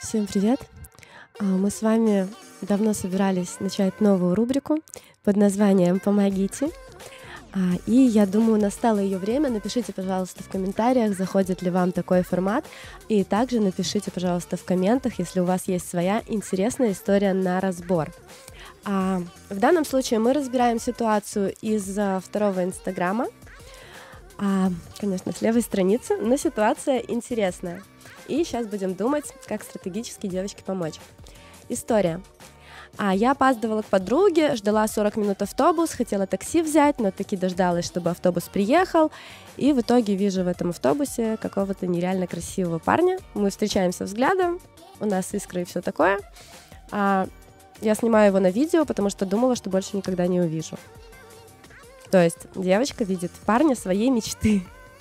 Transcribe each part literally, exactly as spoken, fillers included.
Всем привет! А, Мы с вами давно собирались начать новую рубрику под названием «Помогите». А, И я думаю, настало ее время. Напишите, пожалуйста, в комментариях, заходит ли вам такой формат. И также напишите, пожалуйста, в комментах, если у вас есть своя интересная история на разбор. А, В данном случае мы разбираем ситуацию из а, второго инстаграма. А, Конечно, с левой страницы, но ситуация интересная. И сейчас будем думать, как стратегически девочке помочь. История. А я опаздывала к подруге, ждала сорок минут автобус, хотела такси взять, но таки дождалась, чтобы автобус приехал. И в итоге вижу в этом автобусе какого-то нереально красивого парня. Мы встречаемся взглядом, у нас искры и все такое. А я снимаю его на видео, потому что думала, что больше никогда не увижу. То есть девочка видит парня своей мечты.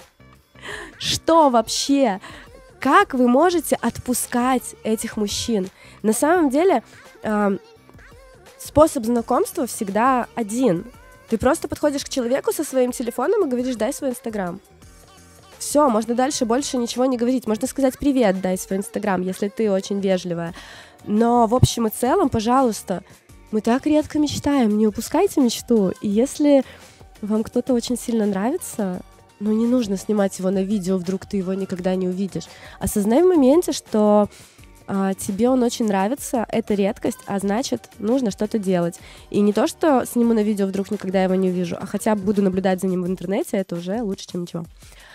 Что вообще? Как вы можете отпускать этих мужчин? На самом деле, э, способ знакомства всегда один. Ты просто подходишь к человеку со своим телефоном и говоришь: дай свой инстаграм. Все, можно дальше больше ничего не говорить. Можно сказать: привет, дай свой инстаграм, если ты очень вежливая. Но в общем и целом, пожалуйста, мы так редко мечтаем, не упускайте мечту. И если вам кто-то очень сильно нравится, ну, не нужно снимать его на видео, вдруг ты его никогда не увидишь. Осознай в моменте, что а, тебе он очень нравится, это редкость, а значит, нужно что-то делать. И не то, что сниму на видео, вдруг никогда его не увижу, а хотя бы буду наблюдать за ним в интернете, это уже лучше, чем ничего.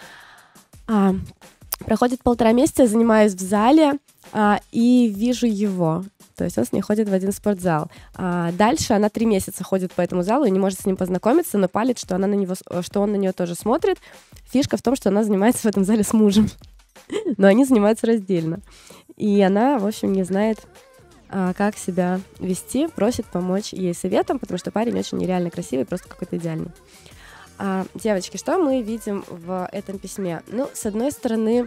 А, проходит полтора месяца, я занимаюсь в зале а, и вижу его. То есть он с ней ходит в один спортзал. А дальше она три месяца ходит по этому залу и не может с ним познакомиться, но палит, что, она на него, что он на нее тоже смотрит. Фишка в том, что она занимается в этом зале с мужем. Но они занимаются раздельно. И она, в общем, не знает, а, как себя вести, просит помочь ей советом, потому что парень очень нереально красивый, просто какой-то идеальный. А, девочки, что мы видим в этом письме? Ну, с одной стороны...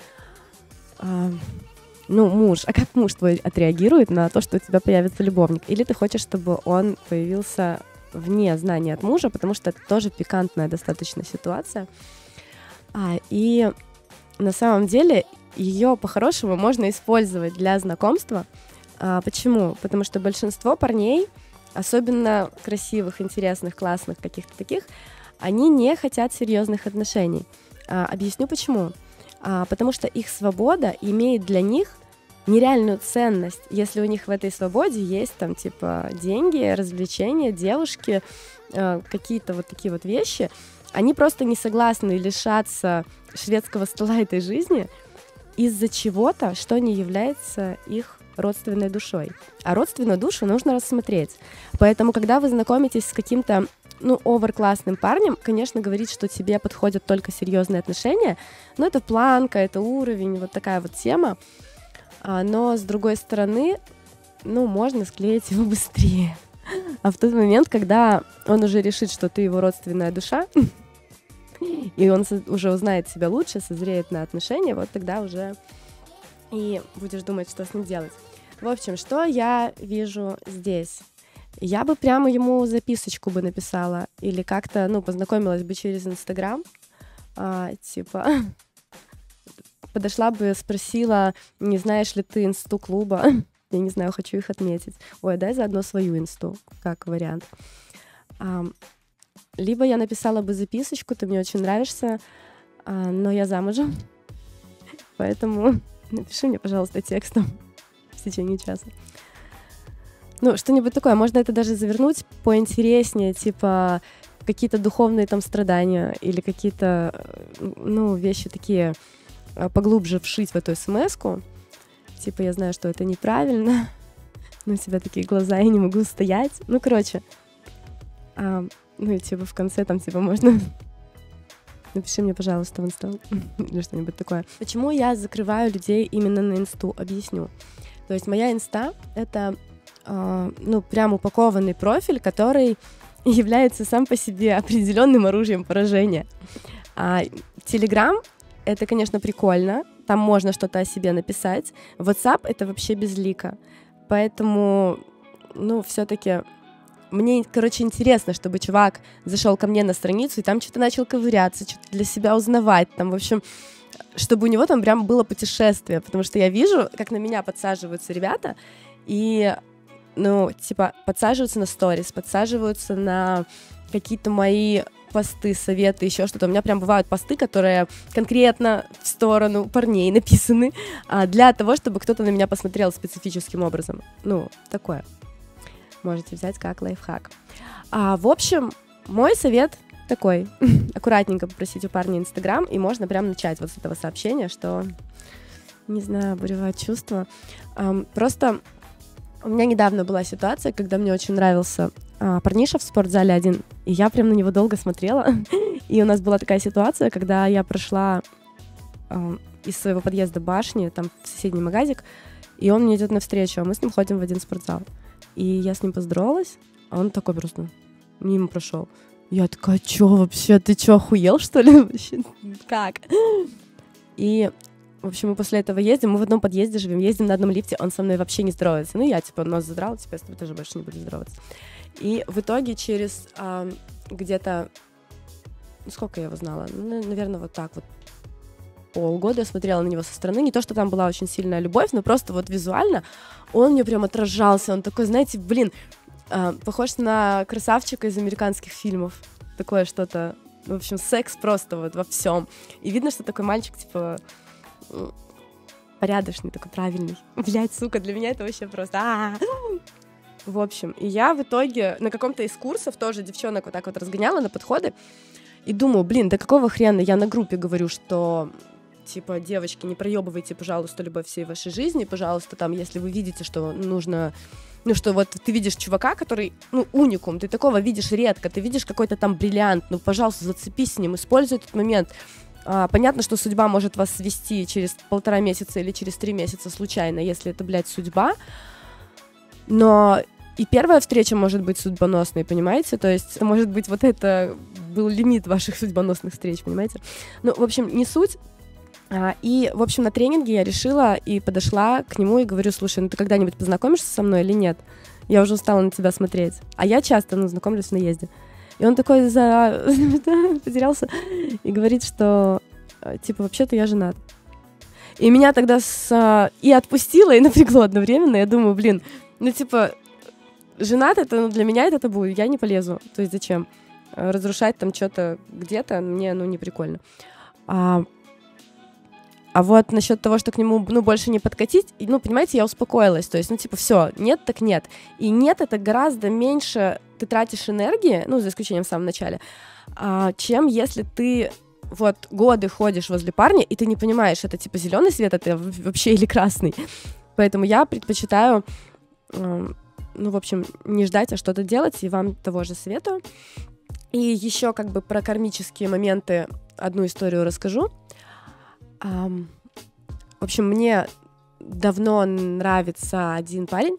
А, Ну, муж, а как муж твой отреагирует на то, что у тебя появится любовник? Или ты хочешь, чтобы он появился вне знания от мужа, потому что это тоже пикантная достаточно ситуация. А, и на самом деле ее по-хорошему можно использовать для знакомства. А, почему? Потому что большинство парней, особенно красивых, интересных, классных, каких-то таких, они не хотят серьезных отношений. А, объясню почему. А, потому что их свобода имеет для них нереальную ценность, если у них в этой свободе есть там типа деньги, развлечения, девушки, э, какие-то вот такие вот вещи. Они просто не согласны лишаться шведского стола этой жизни из-за чего-то, что не является их родственной душой. А родственную душу нужно рассмотреть. Поэтому, когда вы знакомитесь с каким-то ну, оверклассным парнем, конечно, говорить, что тебе подходят только серьезные отношения, но это планка, это уровень, вот такая вот тема. А, но, с другой стороны, ну, можно склеить его быстрее. А в тот момент, когда он уже решит, что ты его родственная душа, и он уже узнает себя лучше, созреет на отношения, вот тогда уже и будешь думать, что с ним делать. В общем, что я вижу здесь? Я бы прямо ему записочку бы написала или как-то, ну, познакомилась бы через Инстаграм, а, типа, подошла бы, спросила, не знаешь ли ты инсту клуба? Я не знаю, хочу их отметить. Ой, дай заодно свою инсту, как вариант. А, либо я написала бы записочку, ты мне очень нравишься, а, но я замужем, поэтому напиши мне, пожалуйста, текстом в течение часа. Ну, что-нибудь такое. Можно это даже завернуть поинтереснее, типа какие-то духовные там страдания или какие-то, ну, вещи такие поглубже вшить в эту смс-ку. Типа, я знаю, что это неправильно, но у тебя такие глаза, я не могу стоять. Ну, короче. А, ну, и типа в конце там, типа, можно... Напиши мне, пожалуйста, в инсту или что-нибудь такое. Почему я закрываю людей именно на инсту? Объясню. То есть моя инста — это... ну, прям упакованный профиль, который является сам по себе определенным оружием поражения. А Telegram — это, конечно, прикольно, там можно что-то о себе написать. WhatsApp — это вообще безлико. Поэтому, ну, все-таки мне, короче, интересно, чтобы чувак зашел ко мне на страницу и там что-то начал ковыряться, что-то для себя узнавать. Там, в общем, чтобы у него там прям было путешествие, потому что я вижу, как на меня подсаживаются ребята, и, ну, типа, подсаживаются на сторис, подсаживаются на какие-то мои посты, советы, еще что-то. У меня прям бывают посты, которые конкретно в сторону парней написаны, а, для того, чтобы кто-то на меня посмотрел специфическим образом. Ну, такое. Можете взять как лайфхак. А, в общем, мой совет такой. Аккуратненько попросить у парня Инстаграм, и можно прям начать вот с этого сообщения, что, не знаю, буревать чувства. А, просто у меня недавно была ситуация, когда мне очень нравился а, парниша в спортзале один, и я прям на него долго смотрела. И у нас была такая ситуация, когда я прошла а, из своего подъезда башни, там в соседний магазик, и он мне идет навстречу, а мы с ним ходим в один спортзал. И я с ним поздоровалась, а он такой просто мимо прошел. Я такая, чё вообще, ты чё, охуел, что ли? Вообще, как? И, в общем, мы после этого ездим, мы в одном подъезде живем, ездим на одном лифте, он со мной вообще не здоровается. Ну, я, типа, нос задрала, типа, я с тобой тоже больше не буду здороваться. И в итоге через а, где-то, ну, сколько я его знала? Ну, наверное, вот так вот, полгода я смотрела на него со стороны. Не то, что там была очень сильная любовь, но просто вот визуально он мне прям отражался. Он такой, знаете, блин, Uh, похож на красавчика из американских фильмов. Такое что-то, в общем, секс просто вот во всем. И видно, что такой мальчик, типа, порядочный, такой правильный. Блять, сука, для меня это вообще просто... А-а-а! В общем, и я в итоге на каком-то из курсов тоже девчонок вот так вот разгоняла на подходы и думаю, блин, да какого хрена я на группе говорю, что... Типа, девочки, не проебывайте, пожалуйста, любовь всей вашей жизни, пожалуйста, там, если вы видите, что нужно, ну, что вот ты видишь чувака, который, ну, уникум, ты такого видишь редко, ты видишь какой-то там бриллиант, ну, пожалуйста, зацепись с ним, используй этот момент. А, понятно, что судьба может вас свести через полтора месяца или через три месяца случайно, если это, блядь, судьба, но и первая встреча может быть судьбоносной, понимаете, то есть, может быть, вот это был лимит ваших судьбоносных встреч, понимаете? Ну, в общем, не суть. А, и, в общем, на тренинге я решила и подошла к нему и говорю, слушай, ну ты когда-нибудь познакомишься со мной или нет? Я уже устала на тебя смотреть. А я часто, ну, знакомлюсь в наезде. И он такой за... потерялся и говорит, что, типа, вообще-то я женат. И меня тогда с... и отпустило, и напрягло одновременно. Я думаю, блин, ну, типа, женат это, ну, для меня это табу, я не полезу. То есть зачем? Разрушать там что-то где-то мне, ну, не прикольно. А... А вот насчет того, что к нему, ну, больше не подкатить, ну, понимаете, я успокоилась, то есть, ну, типа, все, нет, так нет. И нет, это гораздо меньше ты тратишь энергии, ну, за исключением в самом начале, а, чем если ты вот годы ходишь возле парня, и ты не понимаешь, это, типа, зеленый свет, это вообще или красный. Поэтому я предпочитаю, э, ну, в общем, не ждать, а что-то делать, и вам того же советую. И еще, как бы, про кармические моменты одну историю расскажу. Um, в общем, мне давно нравится один парень,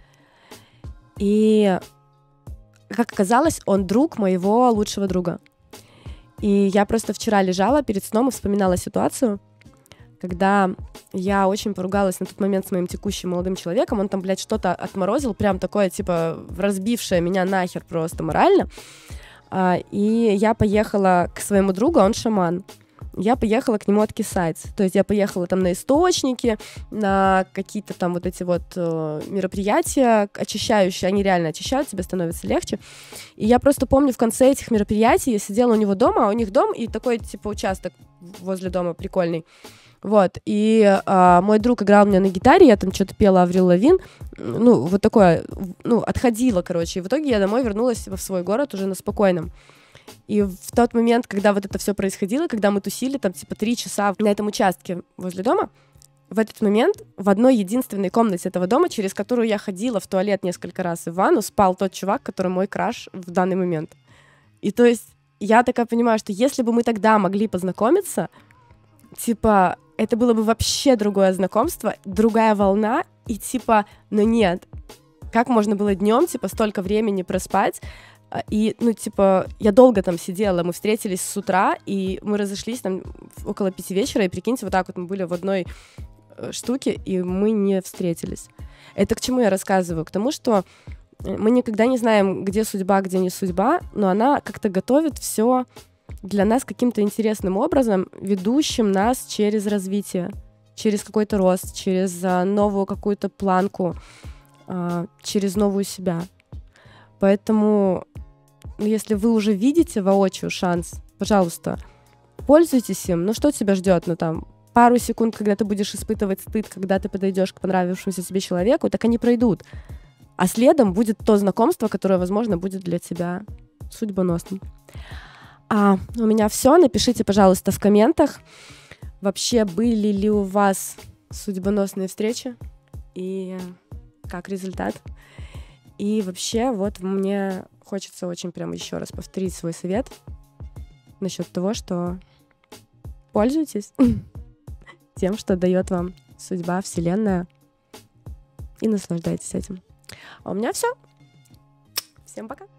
и, как оказалось, он друг моего лучшего друга. И я просто вчера лежала перед сном и вспоминала ситуацию, когда я очень поругалась на тот момент с моим текущим молодым человеком, он там, блядь, что-то отморозил, прям такое, типа, разбившее меня нахер просто морально, uh, и я поехала к своему другу, он шаман. Я поехала к нему откисать. То есть я поехала там на источники, на какие-то там вот эти вот э, мероприятия очищающие. Они реально очищают, тебе становится легче. И я просто помню, в конце этих мероприятий я сидела у него дома, а у них дом и такой типа участок возле дома прикольный. Вот, и а, мой друг играл мне на гитаре, я там что-то пела Аврил Лавин, ну, вот такое, ну, отходила, короче, и в итоге я домой вернулась в свой город уже на спокойном. И в тот момент, когда вот это все происходило, когда мы тусили там типа три часа на этом участке возле дома, в этот момент в одной единственной комнате этого дома, через которую я ходила в туалет несколько раз и в ванну, спал тот чувак, который мой краш в данный момент. И то есть я такая понимаю, что если бы мы тогда могли познакомиться, типа, это было бы вообще другое знакомство, другая волна, и типа, ну нет, как можно было днем, типа, столько времени проспать. И, ну, типа, я долго там сидела, мы встретились с утра, и мы разошлись там около пяти вечера, и, прикиньте, вот так вот мы были в одной штуке, и мы не встретились. Это к чему я рассказываю? К тому, что мы никогда не знаем, где судьба, где не судьба, но она как-то готовит все для нас каким-то интересным образом, ведущим нас через развитие, через какой-то рост, через а, новую какую-то планку, а, через новую себя. Поэтому, если вы уже видите воочию шанс, пожалуйста, пользуйтесь им. Ну что тебя ждет? Ну там пару секунд, когда ты будешь испытывать стыд, когда ты подойдешь к понравившемуся тебе человеку, так они пройдут. А следом будет то знакомство, которое, возможно, будет для тебя судьбоносным. А у меня все. Напишите, пожалуйста, в комментах, вообще были ли у вас судьбоносные встречи и как результат. И вообще, вот мне хочется очень прям еще раз повторить свой совет насчет того, что пользуйтесь тем, что дает вам судьба, Вселенная, и наслаждайтесь этим. А у меня все. Всем пока.